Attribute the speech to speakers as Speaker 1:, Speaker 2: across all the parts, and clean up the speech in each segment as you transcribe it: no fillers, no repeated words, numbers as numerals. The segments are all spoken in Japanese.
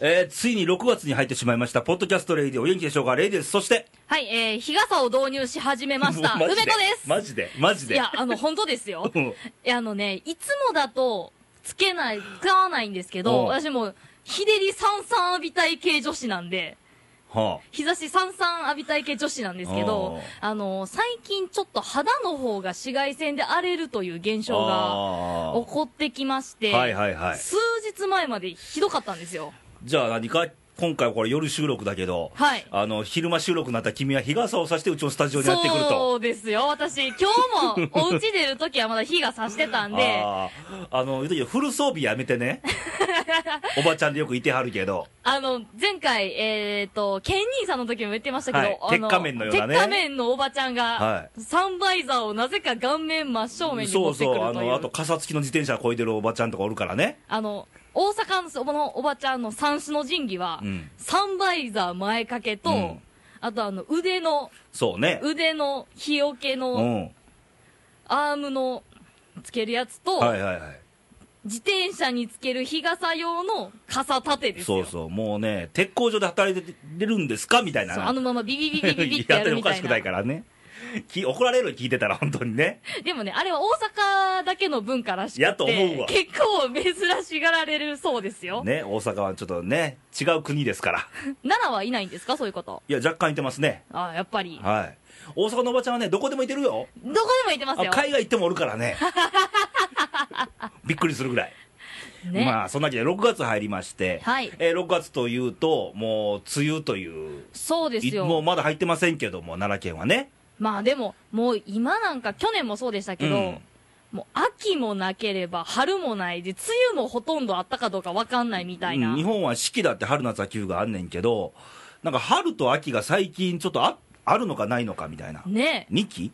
Speaker 1: ついに6月に入ってしまいましたポッドキャストレイディオ、お元気でしょうか。レイです。そして
Speaker 2: はい、日傘を導入し始めました梅子です。
Speaker 1: マジで
Speaker 2: いや本当ですよいつもだと使わないんですけど、私も日照りさんさん浴びたい系女子なんで、日差しさんさん浴びたい系女子なんですけど、最近ちょっと肌の方が紫外線で荒れるという現象が起こってきまして、数日前までひどかったんですよ。
Speaker 1: じゃあ何か今回はこれ夜収録だけど、昼間収録になったら君は日傘を差してうちのスタジオにやってくると。
Speaker 2: そうですよ。私今日もお家出るときはまだ日が差してたんで
Speaker 1: フル装備やめてねおばちゃんでよくいてはるけど
Speaker 2: 前回ケンニーさんの時も言ってましたけど、
Speaker 1: 鉄仮面のようなね、
Speaker 2: 鉄仮面のおばちゃんが、サンバイザーをなぜか顔面真正面に持ってくるという。
Speaker 1: あと傘付きの自転車こいでるおばちゃんとかおるからね。
Speaker 2: 大阪のおばちゃんの三種の神器は、サンバイザー前掛けと、あと腕の日よけの、アームのつけるやつと、自転車につける日傘用の傘立てですよ。
Speaker 1: そうもうね、鉄工所で働いてるんですかみたいな。
Speaker 2: あのままビビビビビビってやるみたいな。
Speaker 1: やってもおかしくないからね。怒られる聞いてたら本当にね。
Speaker 2: でもね、あれは大阪だけの文化らしくて、
Speaker 1: やと思うわ。
Speaker 2: 結構珍しがられるそうですよ。
Speaker 1: ね、大阪はちょっとね、違う国ですから。
Speaker 2: 奈良はいないんですか、そういうこと。
Speaker 1: いや、若干いてますね。
Speaker 2: やっぱり。
Speaker 1: 大阪のおばちゃんはね、どこでもいてるよ。
Speaker 2: どこでもいてますよ。
Speaker 1: 海外行ってもおるからね。びっくりするぐらい。まあそんなわけで6月入りまして、6月というともう梅雨という。
Speaker 2: そうですよ。
Speaker 1: もうまだ入ってませんけども、奈良県はね。
Speaker 2: まあでももう今なんか去年もそうでしたけど、もう秋もなければ春もないで、梅雨もほとんどあったかどうか分かんないみたいな。
Speaker 1: 日本は四季だって春夏秋冬があんねんけど、なんか春と秋が最近ちょっとあるのかないのかみたいなね。2期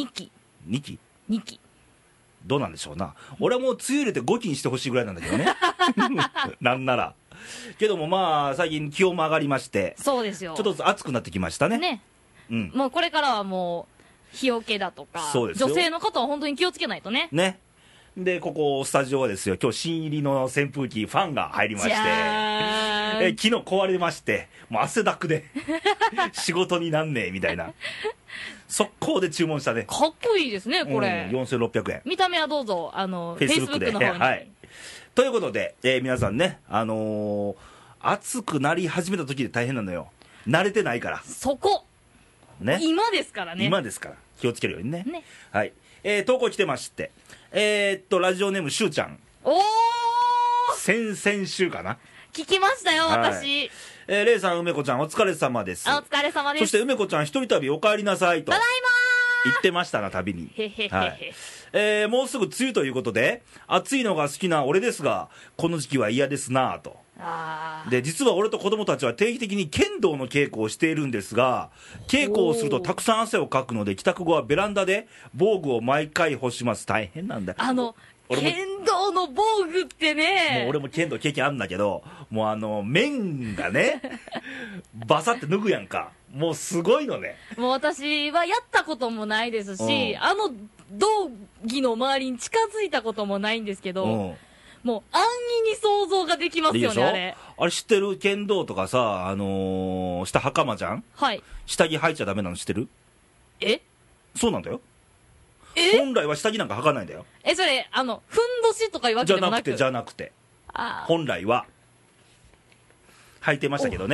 Speaker 1: どうなんでしょうな。俺はもう梅雨入れて5期にしてほしいぐらいなんだけどねなんならけども、まあ最近気温も上がりまして、
Speaker 2: そうですよ、
Speaker 1: ちょっとずつ暑くなってきましたね。
Speaker 2: もうこれからはもう日よけだとか、女性の方は本当に気をつけないとね。
Speaker 1: でここスタジオはですよ、今日新入りの扇風機ファンが入りまして、昨日壊れまして、もう汗だくで仕事になんねえみたいな速攻で注文したね。
Speaker 2: かっこいいですねこれ、
Speaker 1: 4600円。
Speaker 2: 見た目はどうぞFacebook の方に、
Speaker 1: ということで、皆さんね、暑くなり始めた時で大変なのよ。慣れてないから
Speaker 2: そこ今ですからね。
Speaker 1: 今ですから気をつけるようにね。投稿来てまして、ラジオネームしゅうちゃん。先々週かな、
Speaker 2: 聞きましたよ私。
Speaker 1: レイさん、梅子ちゃんお疲れ様です。
Speaker 2: お疲れ様です。
Speaker 1: そして梅子ちゃん、一人旅お帰りなさいと
Speaker 2: ただいま
Speaker 1: 言ってましたな、旅に。もうすぐ梅雨ということで、暑いのが好きな俺ですが、この時期は嫌ですなぁと。で実は俺と子供たちは定期的に剣道の稽古をしているんですが、稽古をするとたくさん汗をかくので、帰宅後はベランダで防具を毎回干します。大変なんだ。剣
Speaker 2: 道の防具ってね、
Speaker 1: もう俺も剣道経験あるんだけど、もう面がねバサって脱ぐやんか。もうすごいのね。
Speaker 2: もう私はやったこともないですし、道着の周りに近づいたこともないんですけど、もう安易に想像ができますよね。あれ
Speaker 1: 知ってる？剣道とかさ、下袴じゃん。下着履いちゃダメなの知ってる？そうなんだよ。本来は下着なんか履かないんだよ。
Speaker 2: それふんどしとかいうわけでもなく？
Speaker 1: じゃなくて本来は履いてましたけどね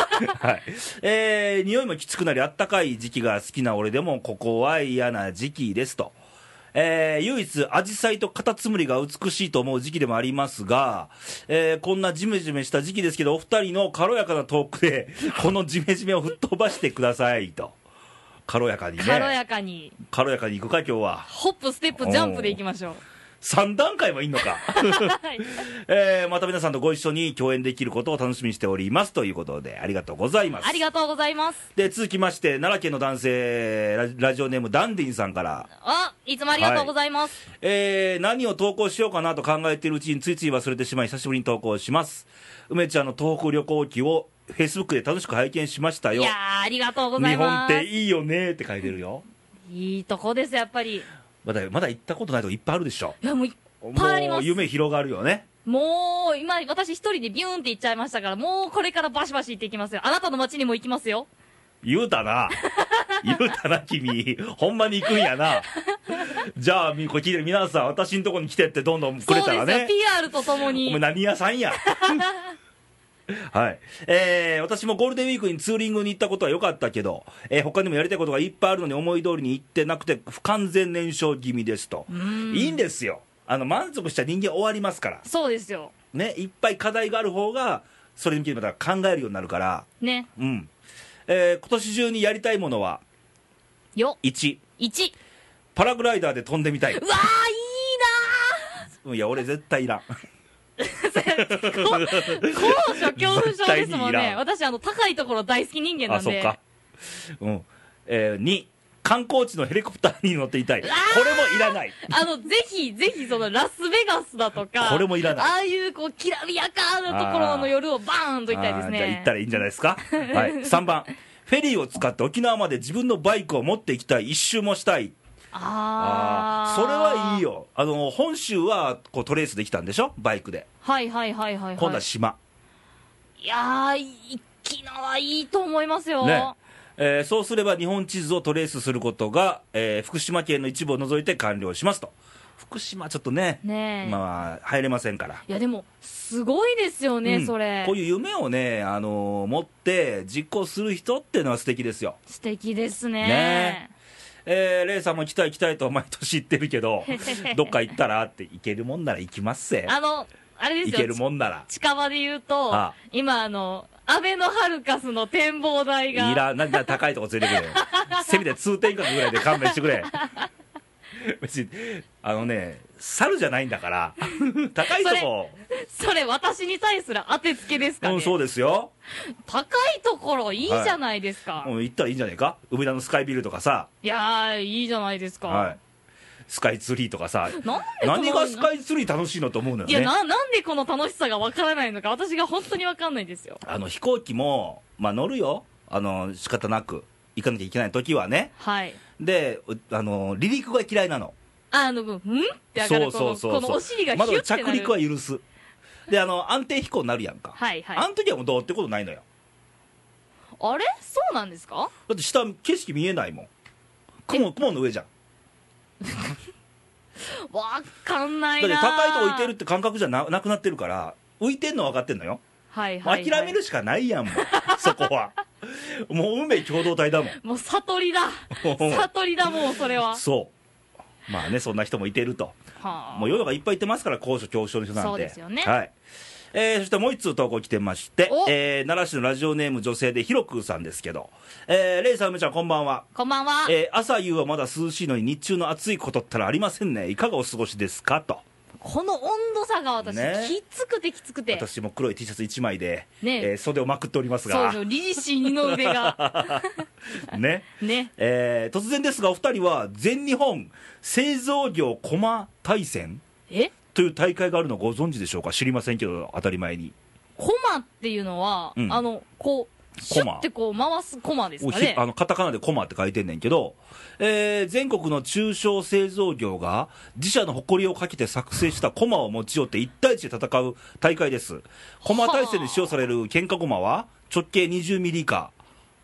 Speaker 1: 匂いもきつくなりあったかい時期が好きな俺でもここは嫌な時期ですと。唯一アジサイとカタツムリが美しいと思う時期でもありますが、こんなジメジメした時期ですけど、お二人の軽やかなトークでこのジメジメを吹っ飛ばしてくださいと。軽やかにね、軽やかにいくか今日は。
Speaker 2: ホップステップジャンプでいきましょう。
Speaker 1: 3段階もいんのかまた皆さんとご一緒に共演できることを楽しみにしておりますということで、ありがとうございます。
Speaker 2: ありがとうございます。
Speaker 1: で続きまして、奈良県の男性ラジオネームダンディンさんから、
Speaker 2: いつもありがとうございます。
Speaker 1: 何を投稿しようかなと考えているうちについつい忘れてしまい、久しぶりに投稿します。梅ちゃんの東北旅行記をフェイスブックで楽しく拝見しましたよ。
Speaker 2: いやありがとうございます。
Speaker 1: 日本っていいよねって書いてるよ。
Speaker 2: いいとこですやっぱり。
Speaker 1: まだ行ったことないとこいっぱいあるでしょ。
Speaker 2: いやもういっぱいあります。
Speaker 1: もう夢広がるよね。
Speaker 2: もう、今、私一人でビューンって行っちゃいましたから、もうこれからバシバシ行っていきますよ。あなたの街にも行きますよ。
Speaker 1: 言うたな。言うたな、君。ほんまに行くんやな。じゃあ、これ聞いてる皆さん、私のとこに来てってどんどんくれたらね。
Speaker 2: そうですよ、PR とともに。
Speaker 1: お前何屋さんや。はい。私もゴールデンウィークにツーリングに行ったことは良かったけど、他にもやりたいことがいっぱいあるのに思い通りに行ってなくて不完全燃焼気味ですと。いいんですよ。満足した人間終わりますから。
Speaker 2: そうですよ。
Speaker 1: ね、いっぱい課題がある方が、それに向けてまた考えるようになるから。
Speaker 2: ね。
Speaker 1: うん。今年中にやりたいものは、1。パラグライダーで飛んでみたい。
Speaker 2: うわー、いい
Speaker 1: なー。いや、俺絶対いらん。
Speaker 2: 高所恐怖症ですもんね。私、高いところ大好き人間なんで。
Speaker 1: あ、そっか。うん。2、観光地のヘリコプターに乗っていたい。これもいらない。
Speaker 2: ぜひ、そのラスベガスだとか、
Speaker 1: これもいらない。
Speaker 2: ああいう、きらびやかなところの夜をバーンと行きたいですね。
Speaker 1: じゃあ行ったらいいんじゃないですか。はい。3番、フェリーを使って沖縄まで自分のバイクを持っていきたい。一周もしたい。それはいいよ。本州はトレースできたんでしょ、バイクで。
Speaker 2: はい。
Speaker 1: 今度は島。
Speaker 2: いやー、沖縄いいと思いますよ。
Speaker 1: ね。そうすれば日本地図をトレースすることが、福島県の一部を除いて完了しますと。福島ちょっとね、まあ入れませんから。
Speaker 2: いやでもすごいですよね、それ。
Speaker 1: こういう夢をね、持って実行する人っていうのは素敵ですよ。
Speaker 2: 素敵ですね。
Speaker 1: レイさんも行きたいと毎年言ってるけどどっか行ったらって行けるもんなら行きますぜ。
Speaker 2: あれですよ、
Speaker 1: 行けるもんなら
Speaker 2: 近場で言うと、今アベノハルカスの展望台が
Speaker 1: いらん、なんか高いとこ連れてくれせめて通天閣ぐらいで勘弁してくれ別に猿じゃないんだから高いとこ
Speaker 2: それ私に対する当てつけですかね。
Speaker 1: そうですよ。
Speaker 2: 高いところいいじゃないですか。
Speaker 1: 行ったらいいんじゃないか。梅田のスカイビルとかさ。
Speaker 2: いやー、いいじゃないですか。
Speaker 1: スカイツリーとかさ。何がスカイツリー楽しいのと思うのよね。
Speaker 2: いや、なんでこの楽しさがわからないのか、私が本当にわかんないんですよ。
Speaker 1: 飛行機も乗るよ。仕方なく行かなきゃいけない時はね。で、離陸が嫌いなの。
Speaker 2: って上がるこのお尻がヒュッてなる。
Speaker 1: まだ着陸は許す。で、安定飛行になるやんか。あの時はもうどうってことないのよ。
Speaker 2: あれそうなんですか。
Speaker 1: だって下景色見えないもん。雲の上じゃん。
Speaker 2: わかんないな。
Speaker 1: だって高いとこ浮いてるって感覚じゃなくなってるから、浮いてんの分かってんのよ。諦めるしかないやんもんそこは。もう運命共同体だもん。
Speaker 2: もう悟りだもうそれは。
Speaker 1: そうまあね、そんな人もいてると。もう世の中いっぱいいてますから、高所恐怖症の人なんで。
Speaker 2: そうですよね。
Speaker 1: そしてもう一通投稿来てまして、奈良市のラジオネーム女性でひろくーさんですけど、レイさん、梅ちゃん、こんばんは。
Speaker 2: こんばんは。
Speaker 1: 朝夕はまだ涼しいのに日中の暑いことったらありませんね。いかがお過ごしですかと。
Speaker 2: この温度差が私、きつくて
Speaker 1: 私も黒い T シャツ1枚で、
Speaker 2: ね
Speaker 1: 袖をまくっておりますが、
Speaker 2: そう凛々しい二の腕が
Speaker 1: ね突然ですが、お二人は全日本製造業駒大戦という大会があるのをご存知でしょうか。知りませんけど、当たり前に。
Speaker 2: 駒っていうのは、シュッて回す駒ですかね。
Speaker 1: カタカナで駒って書いてんねんけど、全国の中小製造業が自社の誇りをかけて作成した駒を持ち寄って1対1で戦う大会です。駒大戦で使用される喧嘩駒は直径20ミリ以下。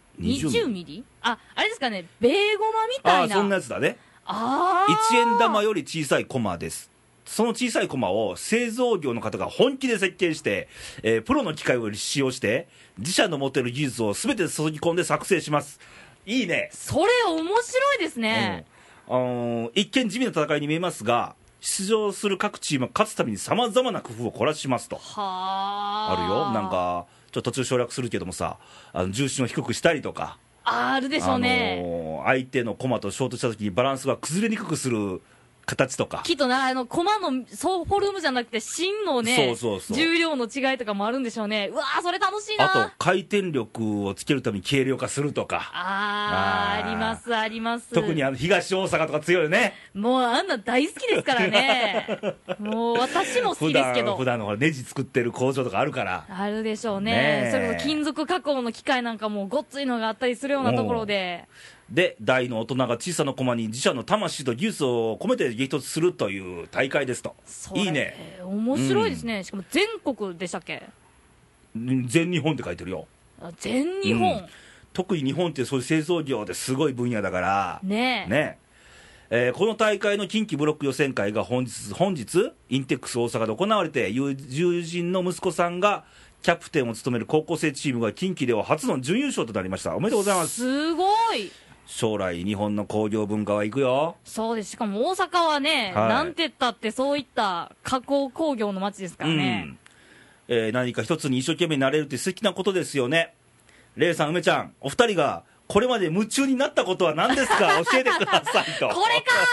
Speaker 2: 20ミリ？あれですかね、ベーゴマみたいな。
Speaker 1: そんなやつだね。1円玉より小さい駒です。その小さい駒を製造業の方が本気で設計して、プロの機械を使用して自社の持っている技術を全て注ぎ込んで作成します。いいね。
Speaker 2: それ面白いですね。
Speaker 1: 一見地味な戦いに見えますが、出場する各チームは勝つためにさまざまな工夫を凝らしますと。あるよ。なんかちょっと途中省略するけどもさ、重心を低くしたりとか、
Speaker 2: あるでしょうね。
Speaker 1: 相手の駒と衝突した時にバランスが崩れにくくする形とか、
Speaker 2: きっと駒のフォルムじゃなくて芯のね、重量の違いとかもあるんでしょうね。うわー、それ楽しいな。
Speaker 1: あと回転力をつけるために軽量化するとか。
Speaker 2: ありますあります。
Speaker 1: 特に東大阪とか強いよね。
Speaker 2: もうあんな大好きですからねもう私も好きですけど、
Speaker 1: 普段のネジ作ってる工場とかあるから。
Speaker 2: あるでしょうね。それこそ金属加工の機械なんかもごっついのがあったりするようなところで、
Speaker 1: で大の大人が小さな駒に自社の魂と技術を込めて激突するという大会ですと。いいね、
Speaker 2: 面白いですね、しかも全国でしたっけ。
Speaker 1: 全日本って書いてるよ。
Speaker 2: 全日本、
Speaker 1: 特に日本ってそういう製造業ですごい分野だから
Speaker 2: ね
Speaker 1: え、この大会の近畿ブロック予選会が本日インテックス大阪で行われて、友人の息子さんがキャプテンを務める高校生チームが近畿では初の準優勝となりました。おめでとうございます。
Speaker 2: すごい。
Speaker 1: 将来日本の工業文化は行くよ。
Speaker 2: そうです。しかも大阪はね、なんて言ったってそういった加工工業の街ですからね、
Speaker 1: 何か一つに一生懸命になれるって素敵なことですよね。レイさん、梅ちゃん、お二人がこれまで夢中になったことは何ですか教えてくださいと。
Speaker 2: これか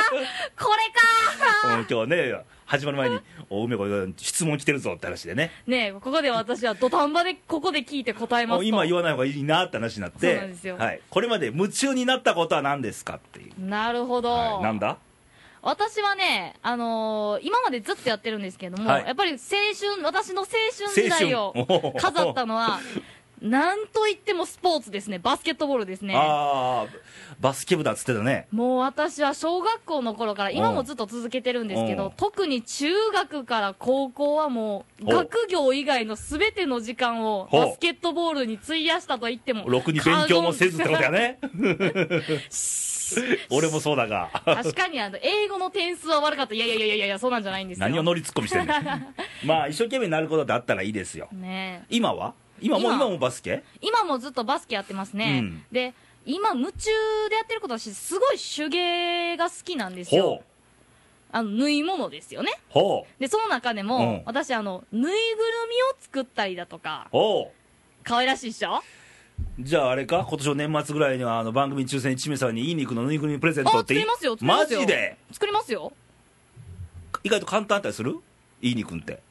Speaker 1: 今日ね、始まる前に梅子質問来てるぞって話でね、
Speaker 2: ここで私は土壇場でここで聞いて答えますと。
Speaker 1: 今言わない方がいいなって話になって、
Speaker 2: そうなんですよ、
Speaker 1: これまで夢中になったことは何ですかっていう。
Speaker 2: なるほど、
Speaker 1: なんだ。
Speaker 2: 私はね、今までずっとやってるんですけども、やっぱり私の青春時代を飾ったのはなんといってもスポーツですね。バスケットボールですね。
Speaker 1: バスケ部だっつってたね。
Speaker 2: もう私は小学校の頃から今もずっと続けてるんですけど、特に中学から高校はもう学業以外の全ての時間をバスケットボールに費やしたと言っても
Speaker 1: ろくに勉強もせずってことやね。俺もそうだが
Speaker 2: 確かに英語の点数は悪かった。いやそうなんじゃないんですよ。
Speaker 1: 何を乗りツッコミしてんのまあ一生懸命になることってあったらいいですよね。今もバスケ？
Speaker 2: 今もずっとバスケやってますね、で今夢中でやってることはすごい手芸が好きなんですよ。縫い物ですよね。でその中でも、私縫いぐるみを作ったりだとか。可愛らしいっしょ。
Speaker 1: じゃああれか、今年の年末ぐらいには番組抽選1名様にいい肉の縫いぐるみプレゼントって。
Speaker 2: 作りますよ。
Speaker 1: マジで
Speaker 2: 作りますよ。
Speaker 1: 意外と簡単だったりする？いい肉って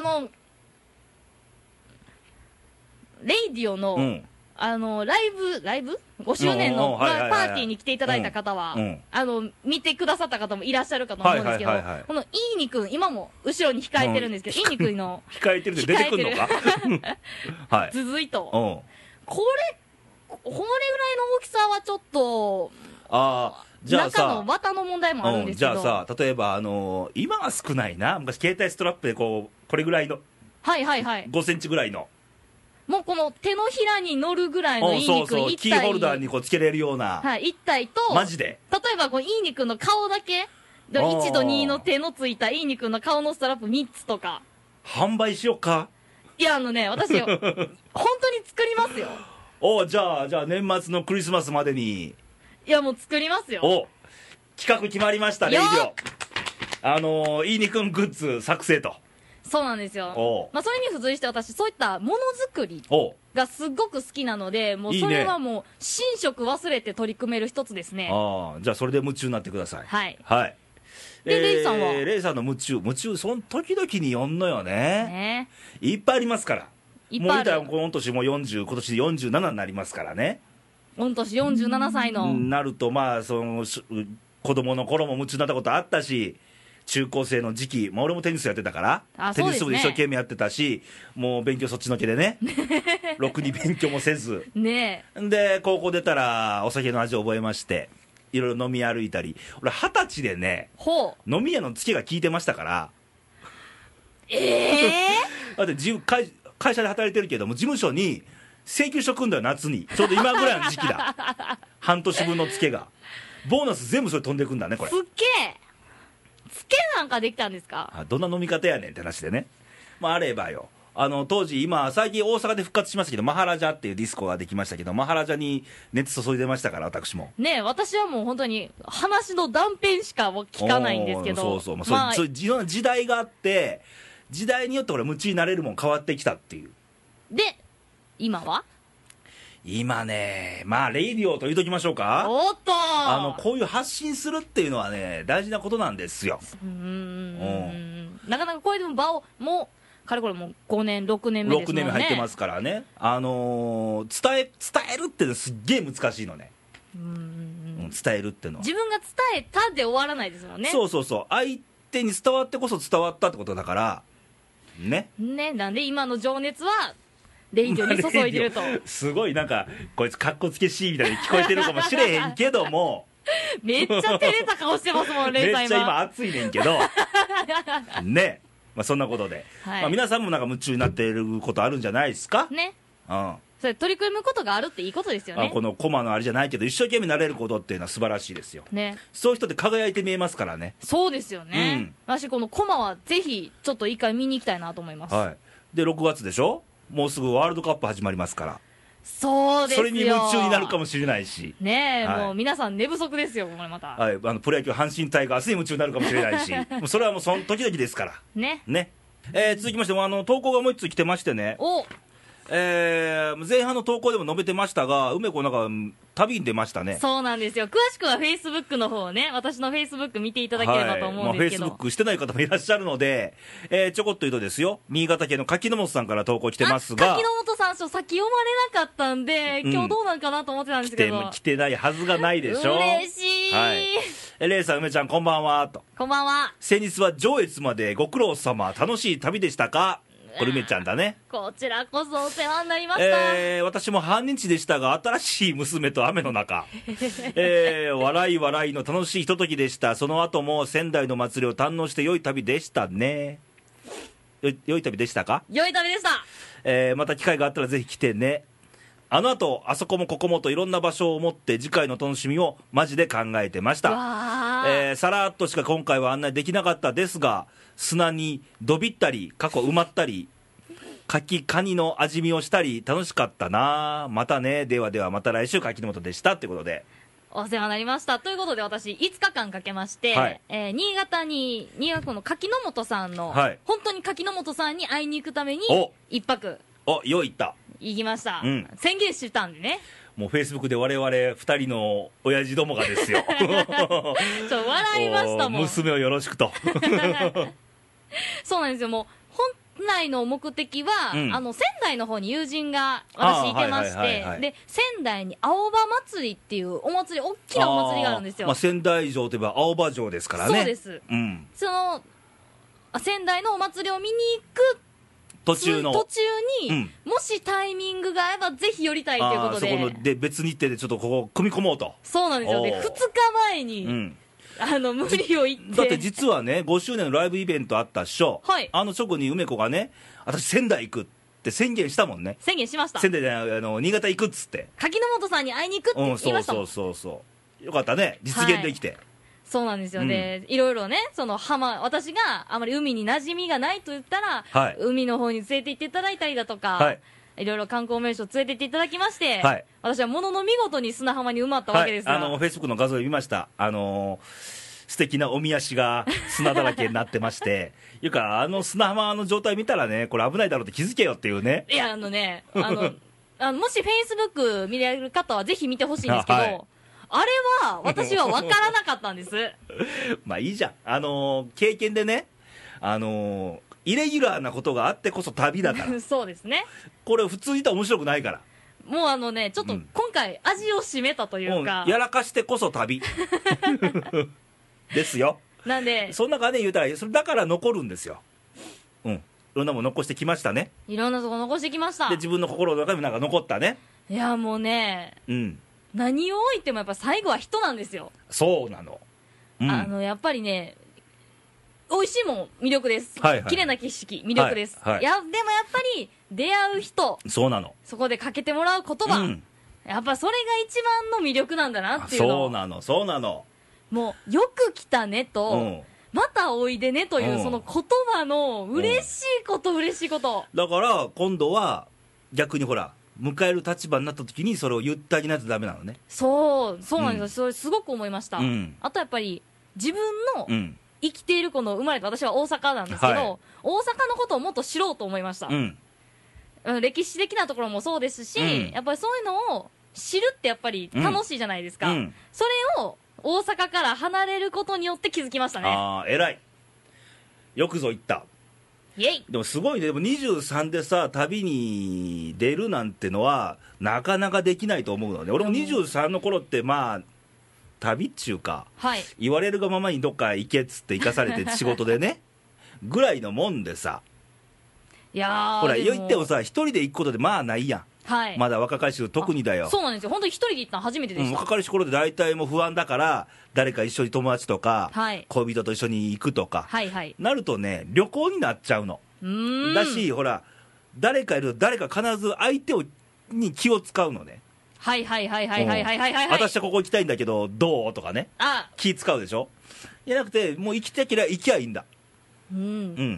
Speaker 2: レイディオの、ライブ5周年のパーティーに来ていただいた方は、見てくださった方もいらっしゃるかと思うんですけど、このいいにくん、今も後ろに控えてるんですけど、いいにくんの
Speaker 1: 控えてるで出てくるのか
Speaker 2: 続いとこれぐらいの大きさはちょっと
Speaker 1: じゃあ
Speaker 2: 中の綿の問題もあるんですけど、
Speaker 1: じゃあさ、例えば今は少ないな、昔携帯ストラップでこれぐらいの5センチぐらいの、
Speaker 2: もうこの手のひらに乗るぐらいのいい肉1体、
Speaker 1: キーホルダーにつけれるような、
Speaker 2: 1体と、
Speaker 1: マジで
Speaker 2: 例えばこのいい肉の顔だけ1と2の手のついたいい肉の顔のストラップ3つとか
Speaker 1: 販売しよっか。
Speaker 2: いや私本当に作りますよ。
Speaker 1: じゃあ年末のクリスマスまでに。
Speaker 2: いやもう作りますよ。
Speaker 1: 企画決まりました。レイディオいいにくんグッズ作成と。
Speaker 2: そうなんですよ。それに付随して私そういったものづくりがすっごく好きなので、もうそれはもう寝食忘れて取り組める一つですね。
Speaker 1: じゃあそれで夢中になってください。
Speaker 2: でレイさんは？
Speaker 1: レイさんの夢中その時々によんのよね。いっぱいありますから。もう見たらこの年も今年47になりますからね。
Speaker 2: 御年47歳の
Speaker 1: なると、子供の頃も夢中になったことあったし、中高生の時期、俺もテニスやってたから、テニス部で一生懸命やってたし、もう勉強そっちのけでねろくに勉強もせずで高校出たらお酒の味を覚えまして、いろいろ飲み歩いたり、俺20歳でね飲み屋のツケが効いてましたから。だって会社で働いてるけども、事務所に請求書組んだよ、夏にちょうど今ぐらいの時期だ半年分のツケが、ボーナス全部それ飛んでくんだね。これ
Speaker 2: すっげえツケなんかできたんですか？
Speaker 1: どんな飲み方やねんって話でね。あればよ、当時最近大阪で復活しましたけど、マハラジャっていうディスコができましたけど、マハラジャに熱注いでましたから、私も
Speaker 2: 私はもう本当に話の断片しか聞かないんですけど、
Speaker 1: そういろんな時代があって、時代によって俺夢中になれるもん変わってきたっていう。
Speaker 2: で今は
Speaker 1: 今ね、レイディオと言うときましょうか。
Speaker 2: おっと
Speaker 1: こういう発信するっていうのはね、大事なことなんですよ。
Speaker 2: なかなかこういう場をもうかれこれもう5年6年目ですもんね。
Speaker 1: 6年目入ってますからね。伝えるってすっげえ難しいのね。伝えるってのは
Speaker 2: 自分が伝えたで終わらないですもんね。
Speaker 1: そう相手に伝わってこそ伝わったってことだからね。
Speaker 2: なんで今の情熱はレイディオに注いでると
Speaker 1: すごいなんかこいつかっこつけしいみたいに聞こえてるかもしれへんけども
Speaker 2: めっちゃ照れた顔してますもん、レイさん
Speaker 1: めっちゃ今熱いねんけどね、まあ、そんなことで、
Speaker 2: はい、
Speaker 1: まあ、皆さんもなんか夢中になっていることあるんじゃないですか
Speaker 2: ね、
Speaker 1: うん、
Speaker 2: それ取り組むことがあるっていいことですよね。
Speaker 1: このコマのあれじゃないけど一生懸命なれることっていうのは素晴らしいですよ、
Speaker 2: ね、
Speaker 1: そういう人って輝いて見えますからね。
Speaker 2: そうですよね、私このコマはぜひちょっと一回見に行きたいなと思います、
Speaker 1: はい、で6月でしょ、もうすぐワールドカップ始まりますから、
Speaker 2: そうですよ、
Speaker 1: それに夢中になるかもしれないし
Speaker 2: ねえ、
Speaker 1: はい、
Speaker 2: もう皆さん寝不足ですよ、これまた、
Speaker 1: はい、プロ野球阪神タイガースに夢中になるかもしれないしもうそれはもうその時々ですから
Speaker 2: ね、
Speaker 1: 続きましても投稿がもう一つ来てましてね、前半の投稿でも述べてましたが、梅子なんか旅に出ましたね。
Speaker 2: そうなんですよ。詳しくはフェイスブックの方をね、私のフェイスブック見ていただければと思うんですけど、
Speaker 1: フェイスブックしてない方もいらっしゃるので、ちょこっと言うとですよ、新潟県の柿本さんから投稿来てますが、
Speaker 2: 柿本さんさっき読まれなかったんで、今日どうなんかなと思ってたんですけど、
Speaker 1: 来てないはずがないでしょ。
Speaker 2: 嬉しい、はい、
Speaker 1: レイさん、梅ちゃんこんばんはと。
Speaker 2: こんばんは。
Speaker 1: 先日は上越までご苦労様、楽しい旅でしたか。これ梅ちゃんだね。
Speaker 2: こちらこそお世話になりました。
Speaker 1: 私も半日でしたが、新しい娘と雨の中、笑い笑いの楽しいひとときでした。その後も仙台の祭りを堪能して良い旅でしたね。良い旅でしたか。
Speaker 2: 良い旅でした。
Speaker 1: また機会があったらぜひ来てね。あの後あそこもここもといろんな場所を持って次回の楽しみをマジで考えてました。さらっとしか今回は案内できなかったですが、砂にどびったり過去埋まったりカニの味見をしたり楽しかったな。またね。ではではまた来週柿本でしたということで
Speaker 2: お世話になりました。ということで私5日間かけまして、はい、新潟の柿本さんの、はい、本当に柿本さんに会いに行くために1泊
Speaker 1: よう行った
Speaker 2: 行きました、宣言したんでね。
Speaker 1: もうフェイスブックで我々2人の親父どもがですよ
Speaker 2: 笑いましたもん。
Speaker 1: 娘をよろしくと
Speaker 2: そうなんですよ。もう本来の目的は、仙台の方に友人が私いてまして、で仙台に青葉祭りっていうお祭り、大きなお祭りがあるんですよ。
Speaker 1: 仙台城といえば青葉城ですからね。
Speaker 2: そうです、その仙台のお祭りを見に行く途中に、もしタイミングが合えばぜひ寄りたいということで、
Speaker 1: そこので別日程でちょっとここ組み込もうと。
Speaker 2: そうなんですよ。で2日前に、無理を言って、
Speaker 1: だって実はね5周年のライブイベントあったっしょ、
Speaker 2: はい、
Speaker 1: 直後に梅子がね、私仙台行くって宣言したもんね。
Speaker 2: 宣言しました。
Speaker 1: 仙台で新潟行くっつって
Speaker 2: 柿本さんに会いに行くって言いましたもん。
Speaker 1: そうよかったね、実現できて、はい、
Speaker 2: そうなんですよね、いろいろね、私があまり海に馴染みがないと言ったら、はい、海の方に連れて行っていただいたりだとか、はい、いろいろ観光名所連れて行っていただきまして、はい、私はものの見事に砂浜に埋まったわけですが、
Speaker 1: フェイスブックの画像で見ました。素敵なおみ足が砂だらけになってましていうか砂浜の状態見たらね、これ危ないだろうって気づけよっていうね。
Speaker 2: いやもしフェイスブック見れる方はぜひ見てほしいんですけど、はい、あれは私は分からなかったんです
Speaker 1: まあいいじゃん、経験でね、イレギュラーなことがあってこそ旅だから
Speaker 2: そうですね。
Speaker 1: これ普通に言ったら面白くないから、
Speaker 2: もうちょっと今回味を占めたというか、
Speaker 1: やらかしてこそ旅ですよ。
Speaker 2: なんで
Speaker 1: そんな中で言うたらそれだから残るんですよ。いろんなもの残してきましたね。
Speaker 2: いろんなとこ残してきました。
Speaker 1: で自分の心の中にもなんか残ったね。
Speaker 2: いやもうね、何を置いてもやっぱ最後は人なんですよ。
Speaker 1: そうなの、
Speaker 2: やっぱりね、美味しいもん魅力です、綺麗な景色魅力です、でもやっぱり出会う人、
Speaker 1: そうなの、
Speaker 2: そこでかけてもらう言葉、やっぱそれが一番の魅力なんだなっていうのを。
Speaker 1: そうなの
Speaker 2: もうよく来たねと、またおいでねという、その言葉の嬉しいこと、嬉しいこと。
Speaker 1: だから今度は逆にほら迎える立場になった時にそれを言ってあげないとダメなのね。
Speaker 2: そうなんですよ、それすごく思いました。あとやっぱり自分の生きているこの生まれた私は大阪なんですけど、大阪のことをもっと知ろうと思いました。歴史的なところもそうですし、やっぱりそういうのを知るってやっぱり楽しいじゃないですか。それを大阪から離れることによって気づきましたね。
Speaker 1: 偉い、よくぞ言った。
Speaker 2: イエイ。
Speaker 1: でもすごいね。でも23でさ旅に出るなんてのはなかなかできないと思うので、俺も23の頃って旅っちゅうか、言われるがままにどっか行けっつって行かされて仕事でねぐらいのもんでさ、
Speaker 2: いやー
Speaker 1: ほら、
Speaker 2: で
Speaker 1: 言ってもさ、一人で行くことでまあないやん。
Speaker 2: はい、
Speaker 1: まだ若かりし頃特にだよ。
Speaker 2: そうなんですよ、本当に一人で行ったの初めてでした。
Speaker 1: 若かりし頃で大体もう不安だから、誰か一緒に友達とか、
Speaker 2: はい、
Speaker 1: 恋人と一緒に行くとか、
Speaker 2: はいはい、
Speaker 1: なるとね、旅行になっちゃうの。だし、ほら、誰かいると誰か必ず相手に気を使うのね。
Speaker 2: はいはいはいはいはいはいはいはい、
Speaker 1: 私はここ行きたいんだけど、どうとかね。気使うでしょ。じゃなくて、もう行きたければ行きゃいいんだ。
Speaker 2: うん。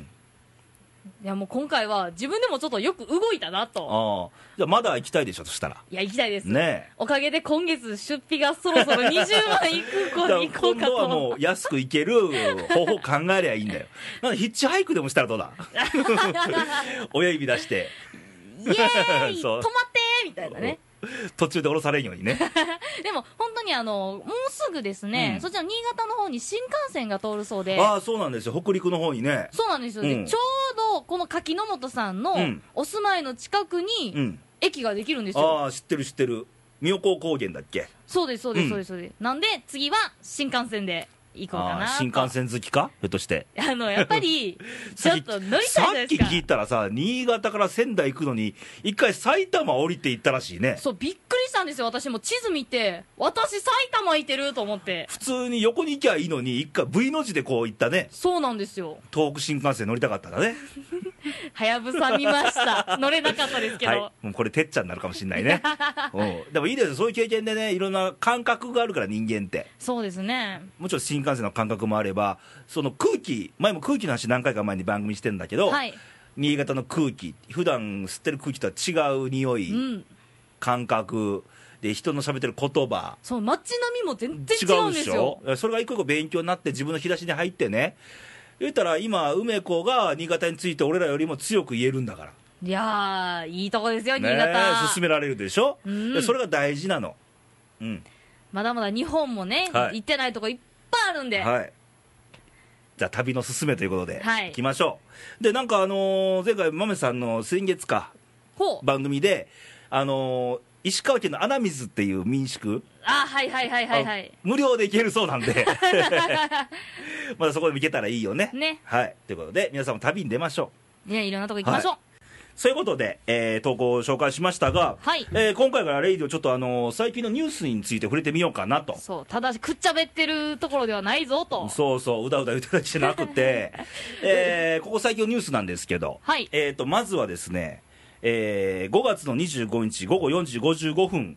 Speaker 2: いやもう今回は自分でもちょっとよく動いたなと。
Speaker 1: じゃあまだ行きたいでしょ、そしたら。
Speaker 2: いや行きたいです
Speaker 1: ね。
Speaker 2: おかげで今月出費がそろそろ20万いく子に行こうかと。
Speaker 1: 今度はもう安く行ける方法考えりゃいいんだよ。なんでヒッチハイクでもしたらどうだ親指出して
Speaker 2: イエーイ止まってみたいなね。
Speaker 1: 途中で降ろされんようにね
Speaker 2: でも本当にもうすぐですね、そちら新潟の方に新幹線が通るそうで。
Speaker 1: そうなんですよ、北陸の方にね。
Speaker 2: そうなんですよ、ちょうどこの柿の本さんのお住まいの近くに駅ができるんですよ。
Speaker 1: 知ってる知ってる、妙高高原だっけ。
Speaker 2: そうですそうですそうですそうです。なんで次は新幹線で行こうかな。
Speaker 1: 新幹線好きかひょっとして。
Speaker 2: やっぱりちょっと乗りたいじゃないですか。
Speaker 1: さっき聞いたらさ、新潟から仙台行くのに一回埼玉降りて行ったらしいね。
Speaker 2: そう、びっくりしたんですよ。私も地図見て、私埼玉行ってると思って。
Speaker 1: 普通に横に行きゃいいのに一回 V の字でこう行ったね。
Speaker 2: そうなんですよ。
Speaker 1: 東北新幹線乗りたかったらね
Speaker 2: はやぶさ見ました乗れなかったですけど、
Speaker 1: もうこれてっちゃんになるかもしれないねでもいいですよ、そういう経験でね、いろんな感覚があるから、人間って。
Speaker 2: そうですね。
Speaker 1: もちろん新幹線の感覚もあれば、その空気、前も空気の話何回か前に番組してるんだけど、新潟の空気、普段吸ってる空気とは違う匂い、感覚で、人の喋ってる言葉、
Speaker 2: そう、街並みも全然違うんですよ。
Speaker 1: 違うでしょ。それが一個一個勉強になって、自分の引き出しに入ってね、言ったら今、梅子が新潟について俺らよりも強く言えるんだから。
Speaker 2: いやー、いいとこですよ、新潟。
Speaker 1: 勧められるでしょ、それが大事なの。
Speaker 2: まだまだ日本もね、行ってないとこいっぱいあるんで。
Speaker 1: じゃあ旅のすすめということで、
Speaker 2: 行
Speaker 1: きましょう。で、なんか前回、豆さんの先月か、番組で、石川県の穴水っていう民宿、
Speaker 2: はいはいはいはいはい、
Speaker 1: 無料で行けるそうなんでまだそこでも行けたらいいよね。ということで、皆さんも旅に出ましょ
Speaker 2: う。いろんなとこ行きましょう。
Speaker 1: そういうことで、投稿を紹介しましたが、今回からレイディをちょっと最近のニュースについて触れてみようかなと。
Speaker 2: そう、ただしくっちゃべってるところではないぞと。
Speaker 1: そうそう、うだうだ言ってるだけじゃなくてここ最近のニュースなんですけど、まずはですね、5月の25日午後4時55分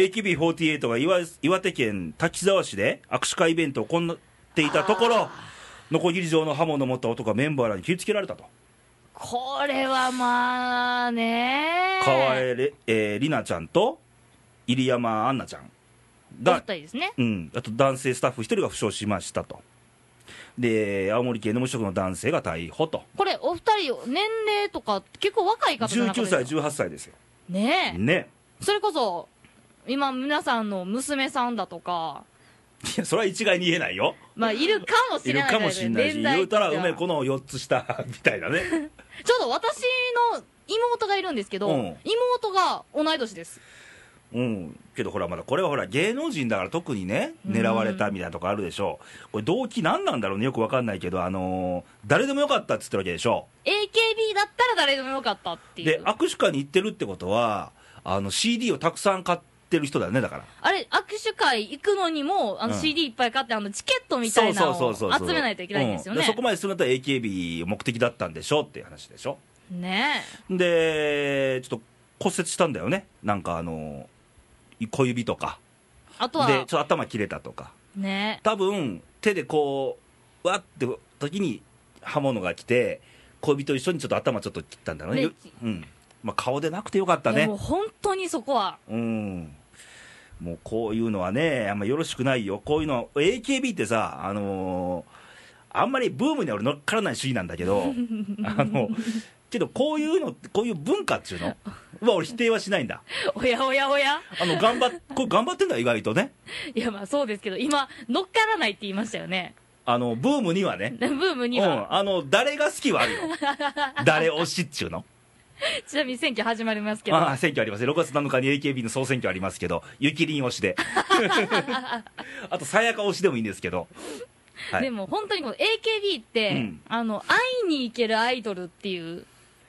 Speaker 1: AKB48 が岩手県滝沢市で握手会イベントを行っていたところ、ノコギリ状の刃物を持った男がメンバーらに切りつけられたと。
Speaker 2: これはまあね、
Speaker 1: 川江里奈ちゃんと入山杏奈ちゃんが、
Speaker 2: お二人ですね、
Speaker 1: あと男性スタッフ1人が負傷しましたと。で、青森県の無職の男性が逮捕と。
Speaker 2: これお二人年齢とか結構若い方じゃなかったですか。
Speaker 1: 19歳18歳ですよ
Speaker 2: ね。それこそ今皆さんの娘さんだとか、
Speaker 1: いや、それは一概に言えないよ。
Speaker 2: いるかもしれない。
Speaker 1: いるかもしれないし、言うたら梅子の4つ下みたいなね
Speaker 2: ちょうど私の妹がいるんですけど、妹が同い年です。
Speaker 1: けどほら、まだこれはほら芸能人だから特にね、狙われたみたいなとこあるでしょう。これ動機何なんだろうね、よく分かんないけど、誰でもよかったっつってるわけでしょ。
Speaker 2: AKB だったら誰でもよかったっていう。
Speaker 1: で、握手会に行ってるってことはCD をたくさん買ってる人だよね。だから
Speaker 2: あれ、握手会行くのにもCD いっぱい買ってチケットみたいなのを集めないといけないんですよね。
Speaker 1: そこまでするんだったら AKB 目的だったんでしょっていう話でしょ。
Speaker 2: ね
Speaker 1: え。で、ちょっと骨折したんだよね。なんか小指とか、
Speaker 2: あとは
Speaker 1: でちょっと頭切れたとか
Speaker 2: ね。
Speaker 1: 多分手でこうわって時に刃物が来て小指と一緒にちょっと頭ちょっと切ったんだろうね。顔でなくてよかったね。
Speaker 2: もう本当にそこは
Speaker 1: もうこういうのはね、あんまよろしくないよ。こういうの AKB ってさ、あんまりブームには俺乗っからない主義なんだけどけどこういう文化っていうのは俺否定はしないんだ。
Speaker 2: おやおやおや
Speaker 1: 頑張ってんだ意外とね。
Speaker 2: いやそうですけど、今乗っからないって言いましたよね。
Speaker 1: ブームにはね。
Speaker 2: ブームには、
Speaker 1: 誰が好きはあるよ誰推しっちゅうの
Speaker 2: ちなみに選挙始まりますけど。
Speaker 1: 選挙ありますね。6月7日に AKB の総選挙ありますけど、ゆきりん推しであとさやか推しでもいいんですけど、
Speaker 2: でも本当にこの AKB って、会いに行けるアイドルっていう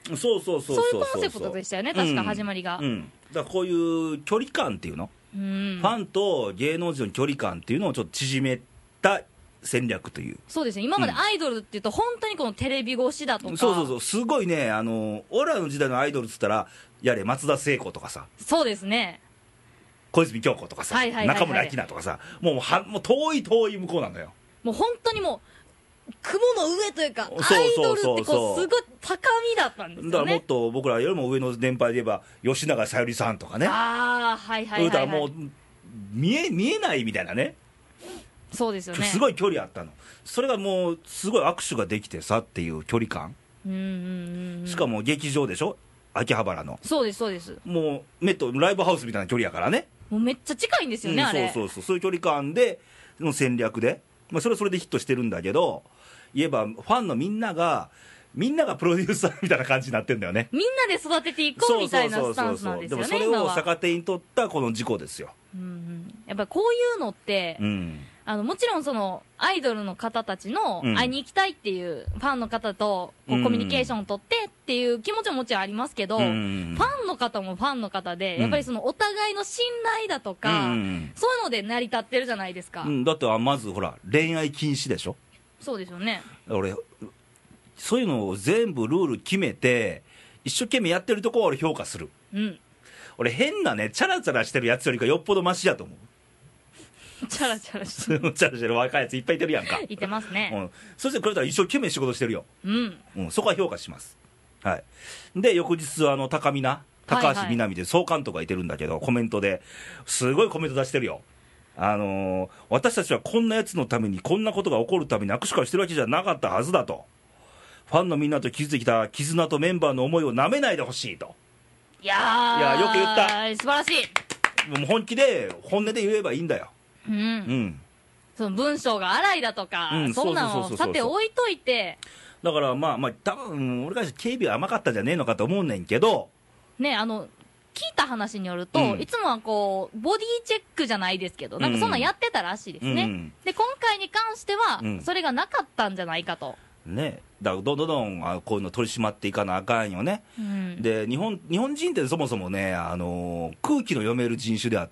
Speaker 1: そうそうそう
Speaker 2: そういうコンセプトでしたよね、確か始まりが。
Speaker 1: だからこういう距離感っていうの、ファンと芸能人の距離感っていうのをちょっと縮めた戦略という。
Speaker 2: そうですね、今までアイドルっていうと、本当にこのテレビ越しだとか、
Speaker 1: そうそうそう、すごいね、俺らの時代のアイドルっつったら、やれ松田聖子とかさ、
Speaker 2: そうですね、
Speaker 1: 小泉京子とかさ、中村明菜とかさ、もう遠い遠い向こうなのよ。
Speaker 2: もう本当にもう、雲の上というか、アイドルってこうすごい高みだったんですよね。
Speaker 1: だからもっと僕らよりも上の年配で言えば、吉永小百合さんとかね、
Speaker 2: ああ、はいはいはい、はい、
Speaker 1: だからもう見えないみたいなね。
Speaker 2: そうですよね、
Speaker 1: すごい距離あったの。それがもうすごい握手ができてさっていう距離感。しかも劇場でしょ、秋葉原の。
Speaker 2: そうですそうです。
Speaker 1: もうメットライブハウスみたいな距離やからね。
Speaker 2: もうめっちゃ近いんですよね、あれ。
Speaker 1: そういう距離感での戦略で、それはそれでヒットしてるんだけど、言えばファンのみんながプロデューサーみたいな感じになってるんだよね。
Speaker 2: みんなで育てていこうみたいなスタンスなんですよね。
Speaker 1: でもそれを逆手に取ったこの事故ですよ。
Speaker 2: やっぱりこういうのって、もちろんそのアイドルの方たちの会いに行きたいっていうファンの方とこうコミュニケーションを取ってっていう気持ちももちろんありますけど、ファンの方もファンの方で、やっぱりそのお互いの信頼だとか、そういうので成り立ってるじゃないですか。
Speaker 1: だってまずほら恋愛禁止でしょ。
Speaker 2: そうですよね。
Speaker 1: 俺そういうのを全部ルール決めて一生懸命やってるところを俺評価する。俺変なねチャラチャラしてるやつよりかよっぽどマシやと思う。
Speaker 2: チャラチャラしてる
Speaker 1: チャラしてる若いやついっぱいいてるやんか。
Speaker 2: いてますね。
Speaker 1: そしてこれたら一生懸命仕事してるよ。そこは評価します。はい。で翌日高橋みなみで総監督がいてるんだけど、コメントですごいコメント出してるよ。私たちはこんなやつのためにこんなことが起こるために握手会をしてるわけじゃなかったはずだと。ファンのみんなと築いてきた絆とメンバーの思いをなめないでほしいと。
Speaker 2: いや
Speaker 1: よく言った。
Speaker 2: 素晴らしい。
Speaker 1: もう本気で本音で言えばいいんだよ。
Speaker 2: その文章が荒いだとか、そんなのさて置いといて。
Speaker 1: だから多分俺からして警備は甘かったんじゃねえのかと思うねんけど
Speaker 2: ね、聞いた話によると、いつもはこうボディチェックじゃないですけど、なんかそんなんやってたらしいですね。で今回に関しては、それがなかったんじゃないかと。
Speaker 1: ね、だからどんこういうの取り締まっていかなあかんよね。で日本人ってそもそもね、空気の読める人種であって、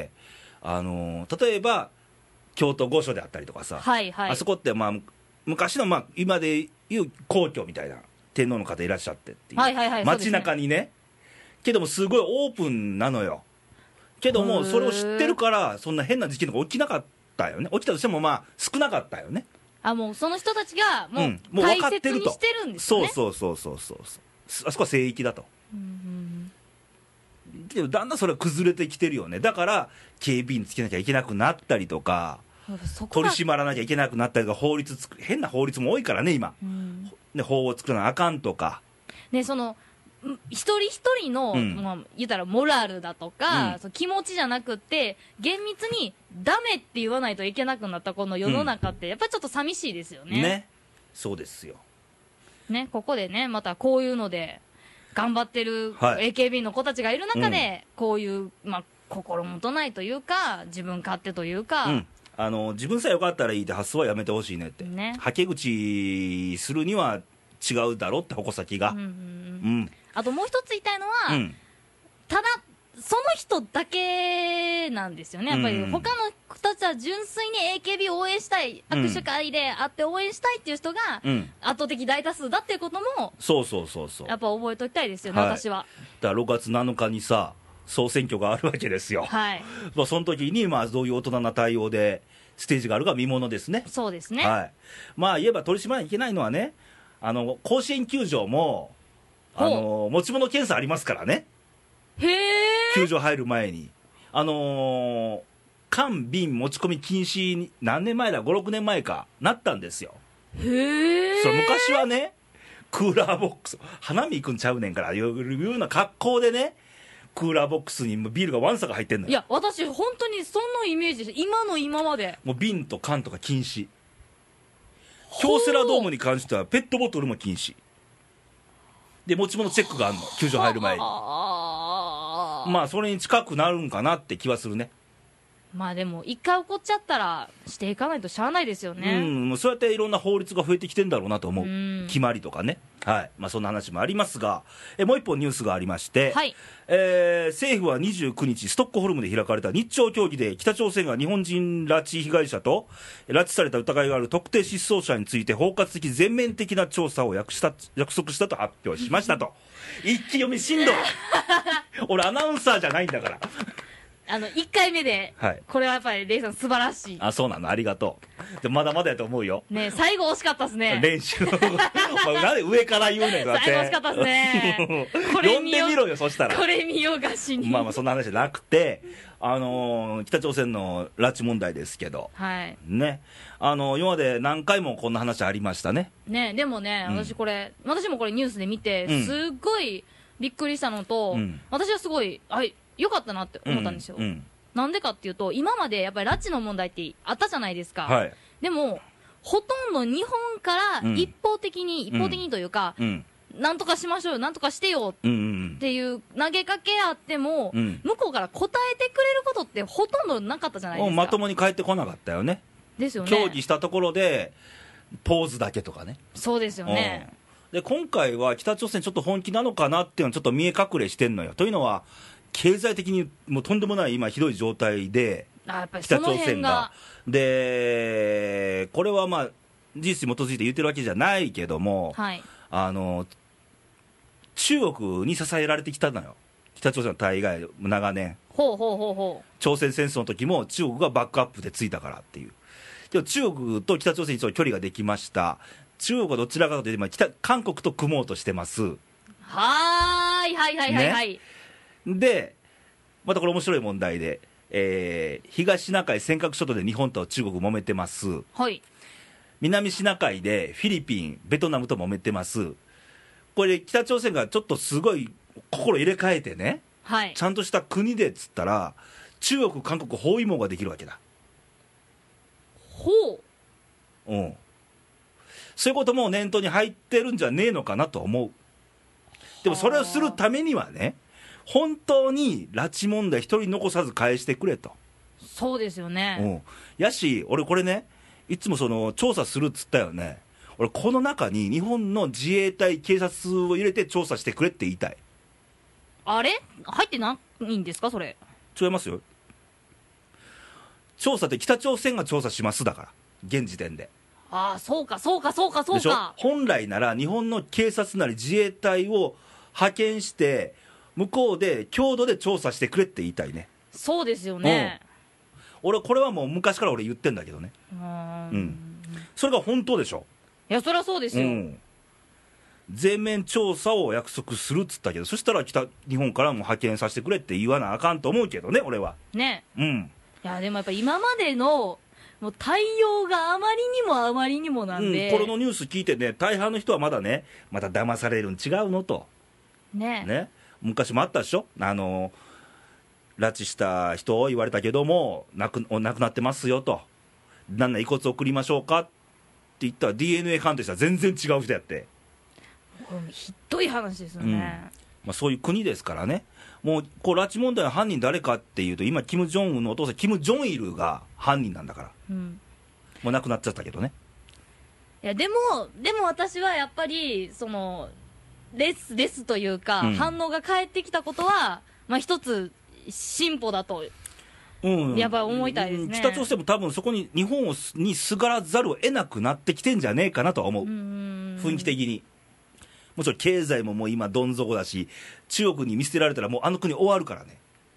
Speaker 1: 例えば京都御所であったりとかさ、あそこって昔の今でいう皇居みたいな天皇の方いらっしゃってっていう街中にね、けどもすごいオープンなのよ。けどもそれを知ってるからそんな変な事件が起きなかったよね。起きたとしても少なかったよね。
Speaker 2: もうその人たちがもう大切にしてるんですね。
Speaker 1: そうあそこは聖域だと。けどだんだんそれは崩れてきてるよね。だから警備員つけなきゃいけなくなったりとか、取り締まらなきゃいけなくなったりとか、変な法律も多いからね今、法を作らなあかんとか
Speaker 2: ね、その一人一人の、言ったらモラルだとか、その気持ちじゃなくて厳密にダメって言わないといけなくなったこの世の中って、やっぱりちょっと寂しいですよね。
Speaker 1: そうですよ
Speaker 2: ね。ここでね、またこういうので頑張ってる AKB の子たちがいる中で、こういう心もとないというか自分勝手というか、
Speaker 1: 自分さえよかったらいいって発想はやめてほしいねって、はけ口するには違うだろって矛先が。あ
Speaker 2: ともう一つ言いたいのは、ただその人だけなんですよね。やっぱり他の人たちは純粋に AKB を応援したい、握手会で会って応援したいっていう人が圧倒的大多数だっていうことも、やっぱ覚えときたいですよね、私は。
Speaker 1: だから6月7日にさ総選挙があるわけですよ。その時にどういう大人な対応でステージがあるか見ものですね。
Speaker 2: そうですね。
Speaker 1: 言えば取り締まらなきゃいけないのはね、甲子園球場も持ち物検査ありますからね。球場入る前に缶瓶持ち込み禁止に何年前だ、5、6年前かなったんですよ。それ昔はね、クーラーボックス花見行くんちゃうねんからいうような格好でね、クーラーボックスにビールがわんさか入ってんのよ。
Speaker 2: いや私本当にそのイメージです。今まで
Speaker 1: もう瓶と缶とか禁止。京セラドームに関してはペットボトルも禁止で、持ち物チェックがあるの、球場入る前に。それに近くなるんかなって気はするね。
Speaker 2: まあでも一回起こっちゃったらしていかないとしゃあないですよね。
Speaker 1: もうそうやっていろんな法律が増えてきてんだろうなと思う、決まりとかね、そんな話もありますが、もう一本ニュースがありまして、
Speaker 2: はい、
Speaker 1: 政府は29日ストックホルムで開かれた日朝協議で北朝鮮が日本人拉致被害者と拉致された疑いがある特定失踪者について包括的全面的な調査を約束したと発表しましたと一気読みしんどい俺アナウンサーじゃないんだから
Speaker 2: 1回目で、これはやっぱりレイさん素晴らしい。
Speaker 1: そうなの、ありがとう。でまだまだやと思うよ。
Speaker 2: ね、最後惜しかったですね。
Speaker 1: 練習なんで上から言うねん。
Speaker 2: 最後惜しかったですね
Speaker 1: 読んでみろよ、そしたら。
Speaker 2: これ見よがしに。
Speaker 1: そんな話じゃなくて、北朝鮮の拉致問題ですけど、ね、今まで何回もこんな話ありましたね。
Speaker 2: ね、でもね、私もこれニュースで見て、すっごいびっくりしたのと、私はすごいよかったなって思ったんですよ、なんでかっていうと、今までやっぱり拉致の問題ってあったじゃないですか、でもほとんど日本から一方的にというか、なんとかしましょうよ、なんとかしてよっていう投げかけあっても、向こうから答えてくれることってほとんどなかったじゃないですか。
Speaker 1: まともに返ってこなかったよね。
Speaker 2: ですよね。
Speaker 1: 協議したところでポーズだけとかね。
Speaker 2: そうですよね。
Speaker 1: で今回は北朝鮮ちょっと本気なのかなっていうのはちょっと見え隠れしてんのよ。というのは経済的にもうとんでもない今ひどい状態で、北朝鮮がで、これは事実に基づいて言ってるわけじゃないけども、中国に支えられてきたのよ、北朝鮮の対外長年。朝鮮戦争の時も中国がバックアップでついたからっていう。でも中国と北朝鮮に距離ができました。中国はどちらかというと韓国と組もうとしてます。でまたこれ面白い問題で、東シナ海尖閣諸島で日本と中国揉めてます、南シナ海でフィリピンベトナムと揉めてます。これ北朝鮮がちょっとすごい心入れ替えてね、ちゃんとした国でっつったら中国韓国包囲網ができるわけだ。そういうことも念頭に入ってるんじゃねえのかなと思う。でもそれをするためにはね、本当に拉致問題一人残さず返してくれと。
Speaker 2: そうですよね。
Speaker 1: やし俺これね、いつも調査するっつったよね。俺この中に日本の自衛隊警察を入れて調査してくれって言いたい。
Speaker 2: あれ入ってないんですかそれ。
Speaker 1: 違いますよ。調査って北朝鮮が調査しますだから現時点で。
Speaker 2: そうかでしょ。
Speaker 1: 本来なら日本の警察なり自衛隊を派遣して向こうで共同で調査してくれって言いたいね。
Speaker 2: そうですよね。
Speaker 1: 俺これはもう昔から俺言ってんだけどね。それが本当でしょ。
Speaker 2: いやそりゃそうですよ。
Speaker 1: 全面調査を約束するっつったけど、そしたら日本からも派遣させてくれって言わなあかんと思うけどね俺はね。
Speaker 2: いやでもやっぱ今までのもう対応があまりにもなんで、
Speaker 1: これのニュース聞いてね、大半の人はまだね、また騙されるん違うのとね、昔もあったでしょ、拉致した人言われたけども亡くなってますよと、なんな遺骨送りましょうかって言ったら DNA 鑑定したら全然違う人やって、
Speaker 2: これひどい話ですよね。
Speaker 1: そういう国ですからね。もう拉致問題の犯人誰かっていうと、今キム・ジョンウンのお父さんキム・ジョンイルが犯人なんだから、もう亡くなっちゃったけどね。
Speaker 2: いやでも私はやっぱりレスというか、反応が返ってきたことは一つ進歩だと、やっぱり思いたいですね。
Speaker 1: 北朝鮮も多分そこに日本にすがらざるを得なくなってきてんじゃねえかなとは思う、雰囲気的に。もちろん経済ももう今どん底だし、中国に見捨てられたらもうあの国終わるからね。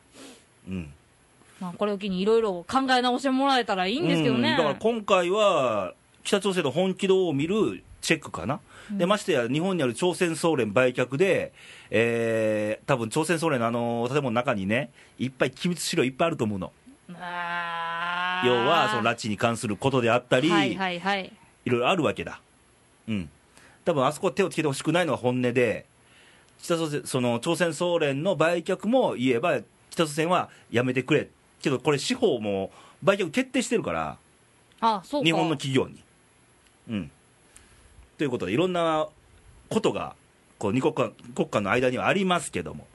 Speaker 2: これを機にいろいろ考え直してもらえたらいいんですけどね。
Speaker 1: だから今回は北朝鮮の本気度を見るチェックかな、でましてや日本にある朝鮮総連売却で、多分朝鮮総連の建物の中にねいっぱい機密資料いっぱいあると思うの。要は拉致に関することであったり、いろいろあるわけだ。多分あそこ手をつけてほしくないのが本音で、朝鮮総連の売却も言えば北朝鮮はやめてくれけど、これ司法も売却決定してるから、日本の企業に。ということでいろんなことがこう2国家の間にはありますけども、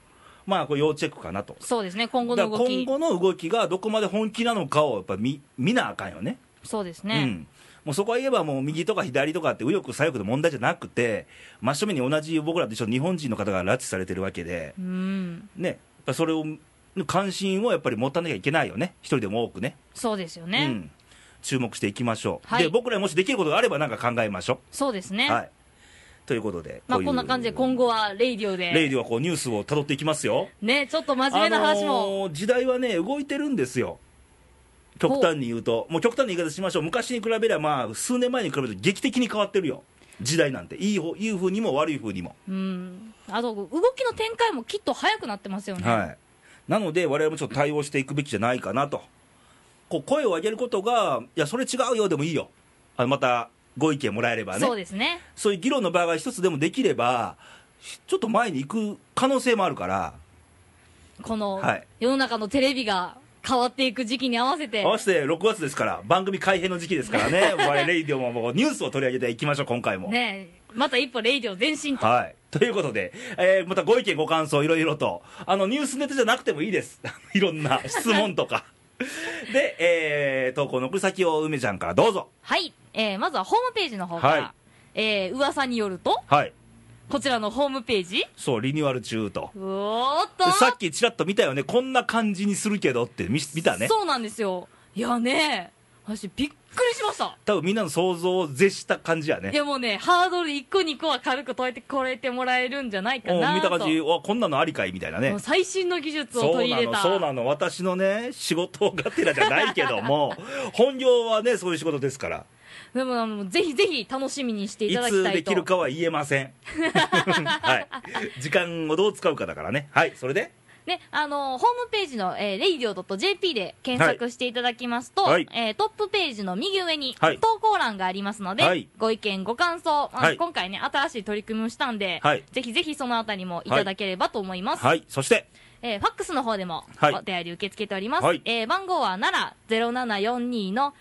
Speaker 1: まあこれ要チェックかなと。
Speaker 2: そうですね、今後の動き。
Speaker 1: だから今後の動きがどこまで本気なのかをやっぱ見なあかんよね。
Speaker 2: そうですね、
Speaker 1: もうそこは言えば、もう右とか左とかって右翼左翼の問題じゃなくて、真正面に同じ僕らと一緒に日本人の方が拉致されてるわけで、ね、やっぱそれを関心をやっぱり持たなきゃいけないよね、一人でも多くね。
Speaker 2: そうですよね、
Speaker 1: 注目していきましょう、
Speaker 2: はい、
Speaker 1: で僕らもしできることがあればなんか考えましょう。
Speaker 2: そうですね、
Speaker 1: はい、ということで、
Speaker 2: こんな感じで今後はレイディオで
Speaker 1: はこうニュースをたどっていきますよ
Speaker 2: ね。ちょっと真面目な話も、
Speaker 1: 時代はね動いてるんですよ、極端に言うと。もう極端な言い方しましょう。昔に比べれば、まあ数年前に比べると劇的に変わってるよ、時代なんて。いい風にも悪い風にも。
Speaker 2: あと動きの展開もきっと早くなってますよね。
Speaker 1: はい、なので我々もちょっと対応していくべきじゃないかなと。こう声を上げることが、いやそれ違うよでもいいよ、またご意見もらえればね。
Speaker 2: そうですね、
Speaker 1: そういう議論の場が一つでもできればちょっと前に行く可能性もあるから、
Speaker 2: この世の中のテレビが変わっていく時期に合わせて
Speaker 1: 6月ですから、番組改編の時期ですからね我々レイディオもニュースを取り上げていきましょう、今回も
Speaker 2: ね。また一歩レイディオ前進と、
Speaker 1: はい、ということで、またご意見ご感想いろいろとニュースネタじゃなくてもいいですいろんな質問とかで、投稿の送り先を梅ちゃんからどうぞ。
Speaker 2: はい、まずはホームページの方から、噂によると、
Speaker 1: はい、
Speaker 2: こちらのホームページ、
Speaker 1: そうリニューアル中と。
Speaker 2: おーっと、
Speaker 1: さっきちらっと見たよね、こんな感じにするけどって見たね。
Speaker 2: そうなんですよ。いやね、私びっくりしました。
Speaker 1: 多分みんなの想像を絶した感じやね。
Speaker 2: いやもうね、ハードル1個2個は軽く超えてもらえるんじゃないかなと。
Speaker 1: 見た感じ、こんなのありかいみたいなね。
Speaker 2: もう最新の技術を取り入れた。
Speaker 1: そうなの私のね仕事がてらじゃないけども本業はねそういう仕事ですから。
Speaker 2: でもぜひぜひ楽しみにしていただきたいと。
Speaker 1: いつできるかは言えませんはい、時間をどう使うかだからね。はい、それで
Speaker 2: ね、ホームページの、radio.jp で検索していただきますと、
Speaker 1: はい
Speaker 2: トップページの右上に
Speaker 1: はい
Speaker 2: 投稿欄がありますので、
Speaker 1: はい
Speaker 2: ご意見ご感想、
Speaker 1: はい
Speaker 2: 今回ね新しい取り組みをしたんで、
Speaker 1: はい
Speaker 2: ぜひぜひそのあたりもいただければと思います。
Speaker 1: はい、そして
Speaker 2: ファックスの方でも
Speaker 1: はい
Speaker 2: お便り受け付けております。
Speaker 1: はい
Speaker 2: 番号は奈良0742の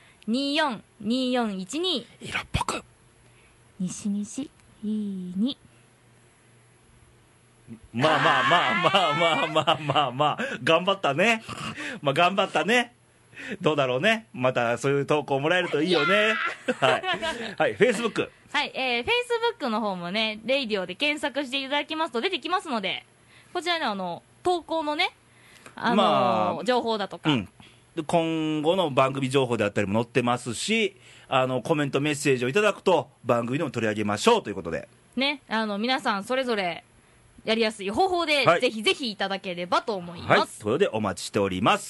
Speaker 2: 242412、
Speaker 1: 色っぽく
Speaker 2: 西西いいに。
Speaker 1: まあ頑張ったね頑張ったね。どうだろうね、またそういう投稿もらえるといいよねはい、はい、フェイスブック、
Speaker 2: はい、フェイスブックの方もね、レイディオで検索していただきますと出てきますので、こちらの投稿のね、情報だとか、
Speaker 1: で今後の番組情報であったりも載ってますし、コメントメッセージをいただくと番組でも取り上げましょうということで
Speaker 2: ね、皆さんそれぞれやりやすい方法で、
Speaker 1: はい
Speaker 2: ぜひぜひいただければと思います。
Speaker 1: はい、ということでお待ちしております。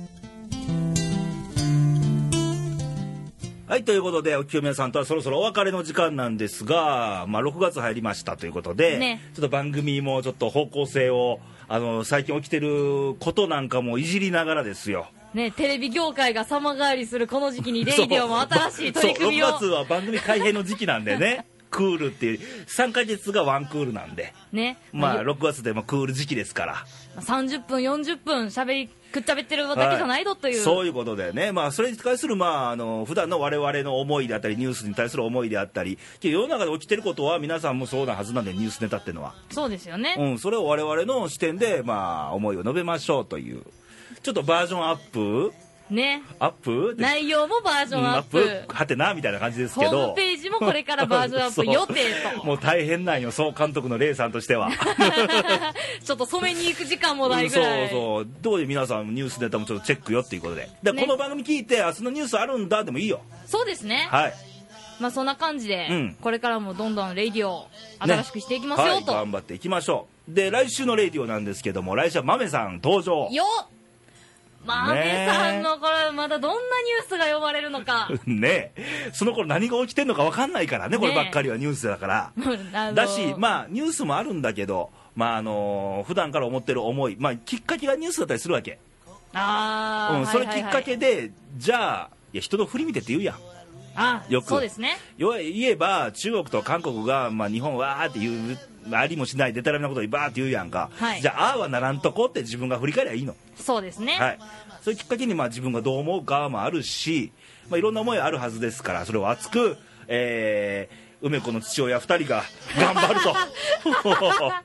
Speaker 1: はい、ということでお清宮さんとはそろそろお別れの時間なんですが、6月入りましたということで、
Speaker 2: ね、
Speaker 1: ちょっと番組もちょっと方向性を最近起きてることなんかもいじりながらですよ
Speaker 2: ね、テレビ業界が様変わりするこの時期にレイディオも新しい取り組みを。
Speaker 1: 6月は番組改編の時期なんでねクールっていう3ヶ月がワンクールなんで
Speaker 2: ね、
Speaker 1: 6月でもクール時期ですから
Speaker 2: 30分40分くっちゃべってるだけじゃないぞという、
Speaker 1: そういうことでね、それに対する、普段の我々の思いであったりニュースに対する思いであったり、世の中で起きてることは皆さんもそうなはずなんで、ニュースネタっていうのは
Speaker 2: そうですよね、
Speaker 1: それを我々の視点で、思いを述べましょうという、ちょっとバージョンアップ
Speaker 2: ね、
Speaker 1: アップ
Speaker 2: 内容もバージョンアップ、
Speaker 1: はてなみたいな感じですけど、
Speaker 2: ホームページもこれからバージョンアップ予定と
Speaker 1: もう大変なんよ、総監督のレイさんとしては
Speaker 2: ちょっと染めに行く時間もないぐらい、
Speaker 1: そうどういう皆さんニュースネタもちょっとチェックよっていうことで、この番組聞いて明日のニュースあるんだでもいいよ。
Speaker 2: そうですね、
Speaker 1: はい、
Speaker 2: そんな感じで、これからもどんどんレイディオ新しくしていきますよと、
Speaker 1: 頑張っていきましょう。で来週のレイディオなんですけども、来週は豆さん登場
Speaker 2: よっ、豆さんのこれまだどんなニュースが読まれるのか
Speaker 1: ねえ、その頃何が起きてんのか分かんないからね、こればっかりはニュースだから、だしニュースもあるんだけど、普段から思ってる思い、きっかけがニュースだったりするわけ。それきっかけで、じゃあいや人の振り見てって言うやん。よく
Speaker 2: そうですね、
Speaker 1: 言えば中国と韓国が、日本わーって言うありもしないでたらめなことにバーって言うやんか、じゃああーはならんとこって自分が振り返りゃいいの。
Speaker 2: そうですね、
Speaker 1: はい、そういうきっかけに自分がどう思うかもあるし、いろんな思いあるはずですから、それを熱く、梅子の父親2人が頑張ると
Speaker 2: お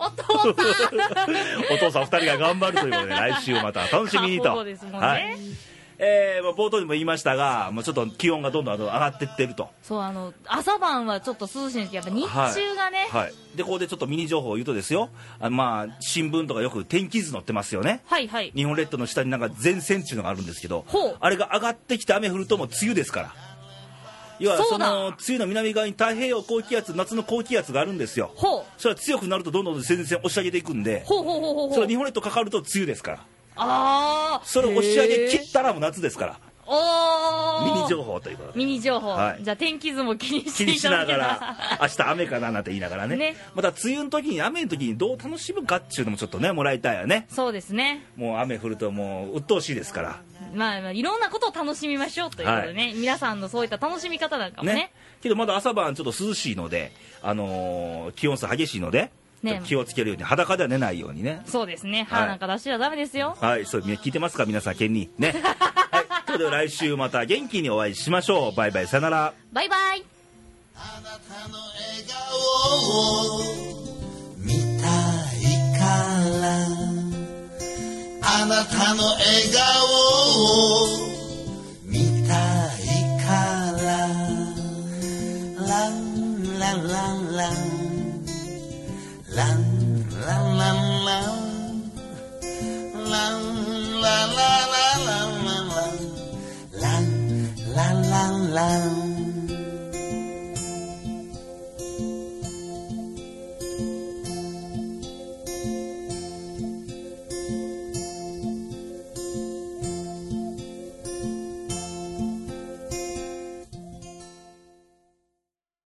Speaker 2: お父さん
Speaker 1: お父さん2人が頑張るということで来週また楽しみにと。
Speaker 2: そうですもんね、
Speaker 1: はい、冒頭にも言いましたが、もうちょっと気温がどんどん上がっていってると。
Speaker 2: そう、朝晩はちょっと涼しいんですけど、やっぱ日中がね、
Speaker 1: はいはい、でここでちょっとミニ情報を言うとですよ、新聞とかよく天気図載ってますよね、
Speaker 2: はいはい、
Speaker 1: 日本列島の下になんか前線っていうのがあるんですけど、
Speaker 2: ほう、
Speaker 1: あれが上がってきて雨降るともう梅雨ですから、要はその梅雨の南側に太平洋高気圧、夏の高気圧があるんですよ。
Speaker 2: ほう、
Speaker 1: それは強くなるとどんどん前線押し上げていくんで、
Speaker 2: ほうほうほうほう、
Speaker 1: それは日本列島かかると梅雨ですから、
Speaker 2: あ
Speaker 1: それを押し上げ切ったらもう夏ですから。
Speaker 2: お
Speaker 1: ミニ情報ということで、
Speaker 2: ミニ情報、
Speaker 1: はい、
Speaker 2: じゃあ天気図も気に
Speaker 1: 気
Speaker 2: して
Speaker 1: にしなが
Speaker 2: いただけた
Speaker 1: ら明日雨かななんて言いながら ねまた梅雨の時に雨の時にどう楽しむかっていうのもちょっとねもらいたいよね。
Speaker 2: そうですね、
Speaker 1: もう雨降るともう鬱陶しいですから、
Speaker 2: いろんなことを楽しみましょうということでね、はい、皆さんのそういった楽しみ方なんかも ね
Speaker 1: けどまだ朝晩ちょっと涼しいので、気温差激しいので、ね、気をつけるように裸では寝ないようにね。
Speaker 2: そうですね、歯なんか出しちゃダメですよ。
Speaker 1: はい、そう聞いてますか皆さん、ケンにねはい、ということで来週また元気にお会いしましょう。バイバイ、さよなら。
Speaker 2: バイバイ。
Speaker 3: あなたの笑顔を見たいから、あなたの笑顔を見たいから、ランランランランランランランランランランランランランランランランランラン